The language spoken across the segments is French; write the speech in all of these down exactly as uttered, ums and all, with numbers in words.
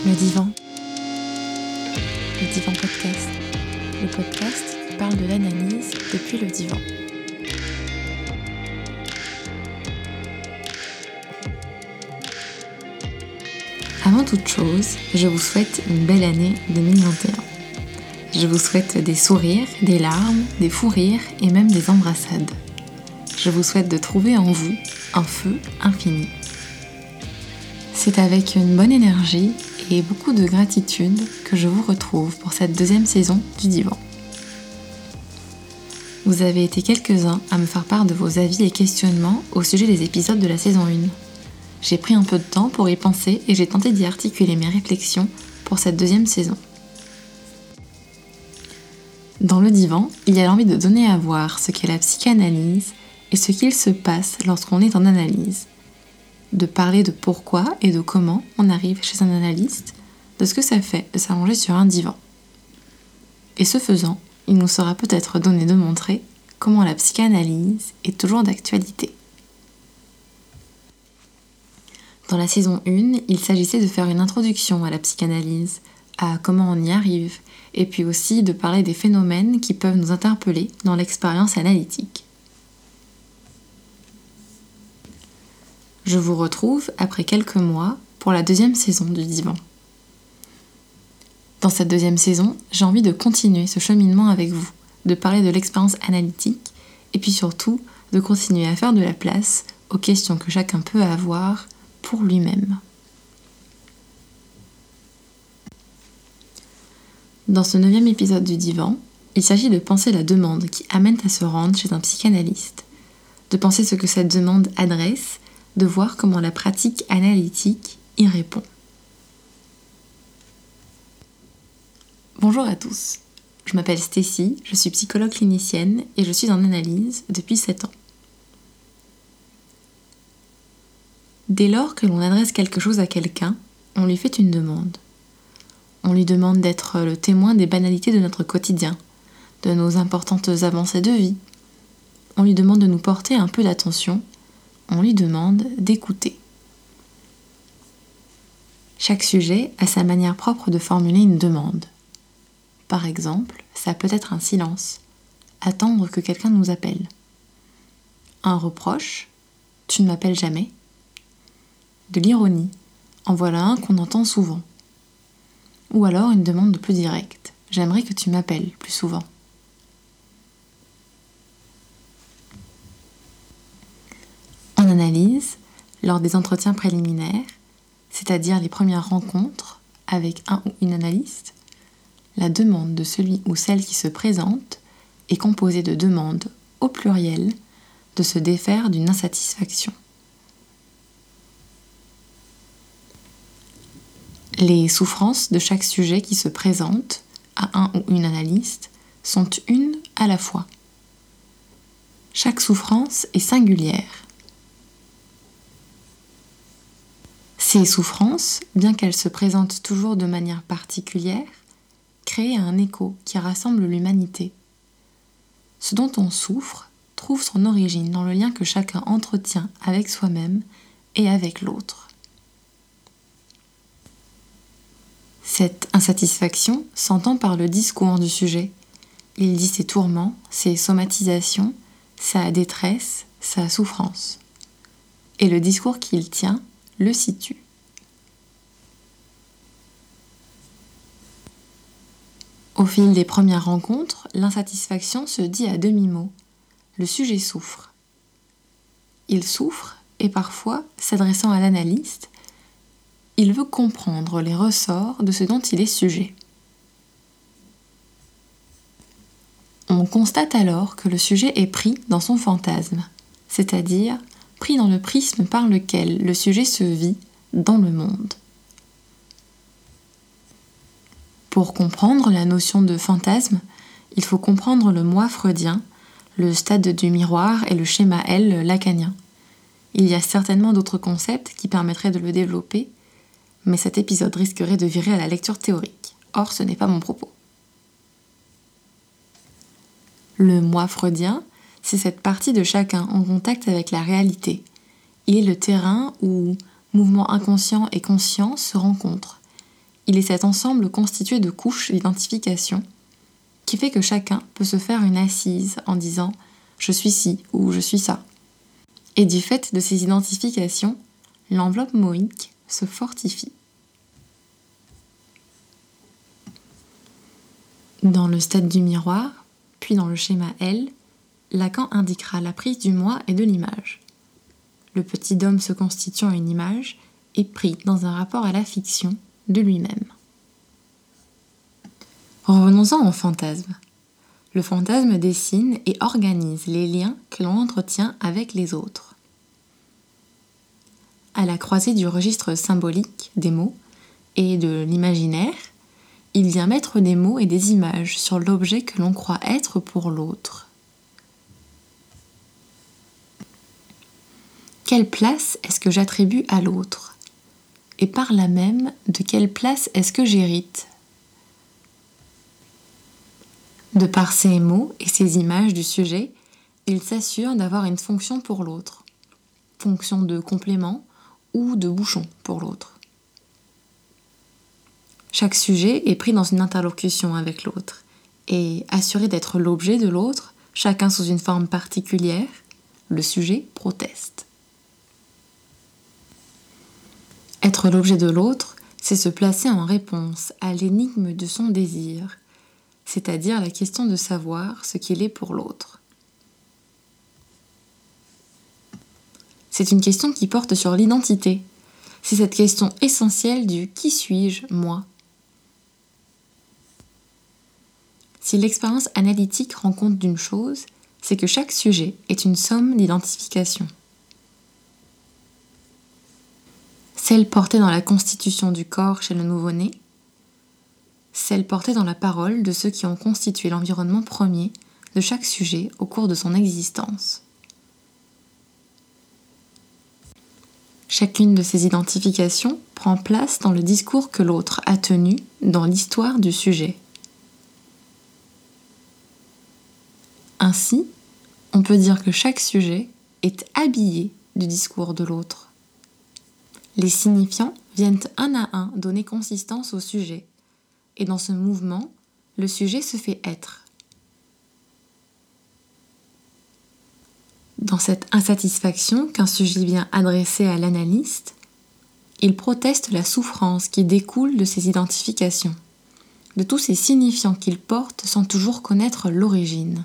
Le divan. Le divan podcast. Le podcast qui parle de l'analyse depuis le divan. Avant toute chose, je vous souhaite une belle année deux mille vingt et un. Je vous souhaite des sourires, des larmes, des fous rires et même des embrassades. Je vous souhaite de trouver en vous un feu infini. C'est avec une bonne énergie et beaucoup de gratitude que je vous retrouve pour cette deuxième saison du divan. Vous avez été quelques-uns à me faire part de vos avis et questionnements au sujet des épisodes de la saison un. J'ai pris un peu de temps pour y penser et j'ai tenté d'y articuler mes réflexions pour cette deuxième saison. Dans le divan, il y a l'envie de donner à voir ce qu'est la psychanalyse et ce qu'il se passe lorsqu'on est en analyse. De parler de pourquoi et de comment on arrive chez un analyste, de ce que ça fait de s'allonger sur un divan. Et ce faisant, il nous sera peut-être donné de montrer comment la psychanalyse est toujours d'actualité. Dans la saison un, il s'agissait de faire une introduction à la psychanalyse, à comment on y arrive, et puis aussi de parler des phénomènes qui peuvent nous interpeller dans l'expérience analytique. Je vous retrouve après quelques mois pour la deuxième saison du divan. Dans cette deuxième saison, j'ai envie de continuer ce cheminement avec vous, de parler de l'expérience analytique et puis surtout de continuer à faire de la place aux questions que chacun peut avoir pour lui-même. Dans ce neuvième épisode du divan, il s'agit de penser la demande qui amène à se rendre chez un psychanalyste, de penser ce que cette demande adresse, de voir comment la pratique analytique y répond. Bonjour à tous, je m'appelle Stécie, je suis psychologue clinicienne et je suis en analyse depuis sept ans. Dès lors que l'on adresse quelque chose à quelqu'un, on lui fait une demande. On lui demande d'être le témoin des banalités de notre quotidien, de nos importantes avancées de vie. On lui demande de nous porter un peu d'attention. On lui demande d'écouter. Chaque sujet a sa manière propre de formuler une demande. Par exemple, ça peut être un silence, attendre que quelqu'un nous appelle. Un reproche, tu ne m'appelles jamais. De l'ironie, en voilà un qu'on entend souvent. Ou alors une demande plus directe, j'aimerais que tu m'appelles plus souvent. En analyse, lors des entretiens préliminaires, c'est-à-dire les premières rencontres avec un ou une analyste, la demande de celui ou celle qui se présente est composée de demandes au pluriel de se défaire d'une insatisfaction. Les souffrances de chaque sujet qui se présente à un ou une analyste sont une à la fois. Chaque souffrance est singulière. Ces souffrances, bien qu'elles se présentent toujours de manière particulière, créent un écho qui rassemble l'humanité. Ce dont on souffre trouve son origine dans le lien que chacun entretient avec soi-même et avec l'autre. Cette insatisfaction s'entend par le discours du sujet. Il dit ses tourments, ses somatisations, sa détresse, sa souffrance. Et le discours qu'il tient le situe. Au fil des premières rencontres, l'insatisfaction se dit à demi-mot. Le sujet souffre. Il souffre et parfois, s'adressant à l'analyste, il veut comprendre les ressorts de ce dont il est sujet. On constate alors que le sujet est pris dans son fantasme, c'est-à-dire pris dans le prisme par lequel le sujet se vit dans le monde. Pour comprendre la notion de fantasme, il faut comprendre le moi freudien, le stade du miroir et le schéma L lacanien. Il y a certainement d'autres concepts qui permettraient de le développer, mais cet épisode risquerait de virer à la lecture théorique. Or, ce n'est pas mon propos. Le moi freudien, c'est cette partie de chacun en contact avec la réalité. Il est le terrain où mouvement inconscient et conscient se rencontrent. il est cet ensemble constitué de couches d'identification qui fait que chacun peut se faire une assise en disant « je suis ci » ou « je suis ça ». Et du fait de ces identifications, l'enveloppe moïque se fortifie. Dans le stade du miroir, puis dans le schéma L, Lacan indiquera la prise du moi et de l'image. Le petit homme se constituant une image est pris dans un rapport à la fiction de lui-même. Revenons-en au fantasme. Le fantasme dessine et organise les liens que l'on entretient avec les autres. À la croisée du registre symbolique des mots et de l'imaginaire, il vient mettre des mots et des images sur l'objet que l'on croit être pour l'autre. Quelle place est-ce que j'attribue à l'autre ? Et par là même, de quelle place est-ce que j'hérite ? De par ces mots et ces images du sujet, il s'assure d'avoir une fonction pour l'autre, fonction de complément ou de bouchon pour l'autre. Chaque sujet est pris dans une interlocution avec l'autre, et assuré d'être l'objet de l'autre, chacun sous une forme particulière, le sujet proteste. Être l'objet de l'autre, c'est se placer en réponse à l'énigme de son désir, c'est-à-dire la question de savoir ce qu'il est pour l'autre. C'est une question qui porte sur l'identité. C'est cette question essentielle du « qui suis-je, moi ?» Si l'expérience analytique rend compte d'une chose, c'est que chaque sujet est une somme d'identifications. Celle portée dans la constitution du corps chez le nouveau-né, celle portée dans la parole de ceux qui ont constitué l'environnement premier de chaque sujet au cours de son existence. Chacune de ces identifications prend place dans le discours que l'autre a tenu dans l'histoire du sujet. Ainsi, on peut dire que chaque sujet est habillé du discours de l'autre. Les signifiants viennent un à un donner consistance au sujet, et dans ce mouvement, le sujet se fait être. Dans cette insatisfaction qu'un sujet vient adresser à l'analyste, il proteste la souffrance qui découle de ces identifications, de tous ces signifiants qu'il porte sans toujours connaître l'origine.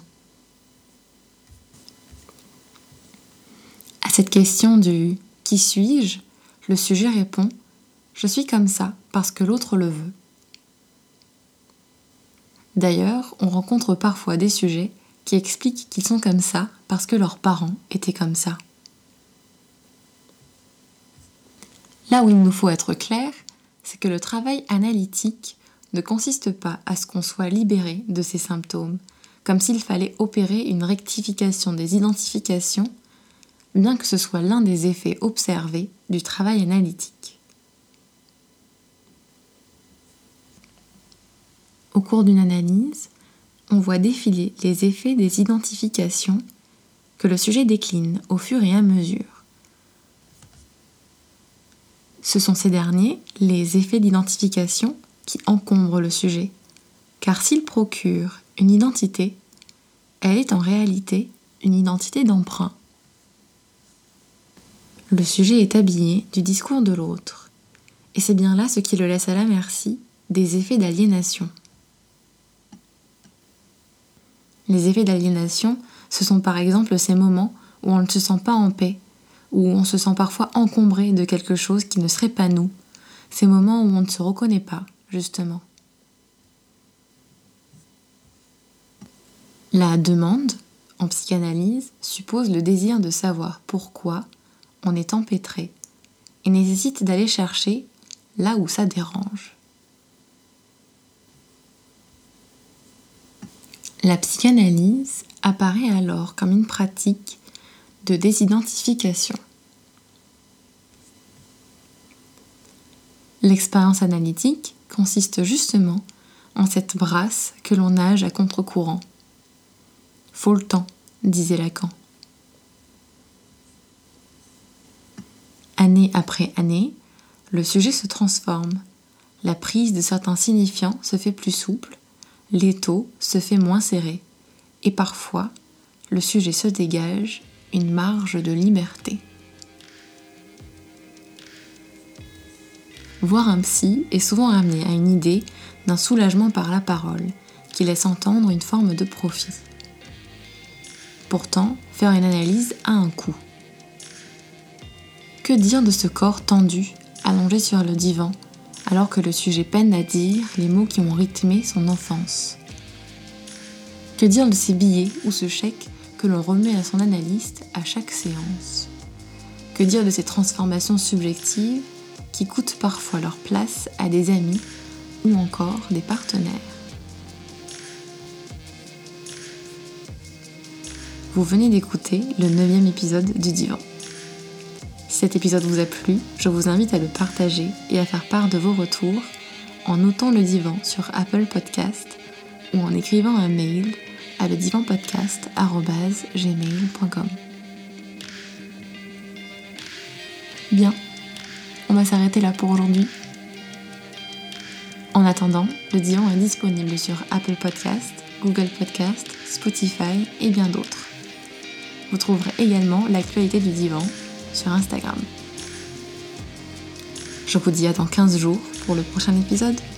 À cette question du « qui suis-je ?», le sujet répond « je suis comme ça parce que l'autre le veut ». D'ailleurs, on rencontre parfois des sujets qui expliquent qu'ils sont comme ça parce que leurs parents étaient comme ça. Là où il nous faut être clair, c'est que le travail analytique ne consiste pas à ce qu'on soit libéré de ces symptômes, comme s'il fallait opérer une rectification des identifications, bien que ce soit l'un des effets observés du travail analytique. Au cours d'une analyse, on voit défiler les effets des identifications que le sujet décline au fur et à mesure. Ce sont ces derniers, les effets d'identification, qui encombrent le sujet, car s'il procure une identité, elle est en réalité une identité d'emprunt. Le sujet est habillé du discours de l'autre, et c'est bien là ce qui le laisse à la merci des effets d'aliénation. Les effets d'aliénation, ce sont par exemple ces moments où on ne se sent pas en paix, où on se sent parfois encombré de quelque chose qui ne serait pas nous, ces moments où on ne se reconnaît pas, justement. La demande, en psychanalyse, suppose le désir de savoir pourquoi on est empêtré et nécessite d'aller chercher là où ça dérange. La psychanalyse apparaît alors comme une pratique de désidentification. L'expérience analytique consiste justement en cette brasse que l'on nage à contre-courant. Faut le temps, disait Lacan. Année après année, le sujet se transforme, La prise de certains signifiants se fait plus souple, l'étau se fait moins serré, et parfois, le sujet se dégage une marge de liberté. Voir un psy est souvent ramené à une idée d'un soulagement par la parole, qui laisse entendre une forme de profit. Pourtant, faire une analyse a un coût. Que dire de ce corps tendu, allongé sur le divan, alors que le sujet peine à dire les mots qui ont rythmé son enfance? Que dire de ces billets ou ce chèque que l'on remet à son analyste à chaque séance? Que dire de ces transformations subjectives qui coûtent parfois leur place à des amis ou encore des partenaires? Vous venez d'écouter le neuvième épisode du Divan. Si cet épisode vous a plu, je vous invite à le partager et à faire part de vos retours en notant le Divan sur Apple Podcast ou en écrivant un mail à le divan podcast arobase gmail point com. Bien, on va s'arrêter là pour aujourd'hui. En attendant, le Divan est disponible sur Apple Podcast, Google Podcast, Spotify et bien d'autres. Vous trouverez également l'actualité du Divan sur Instagram. Je vous dis à dans quinze jours pour le prochain épisode.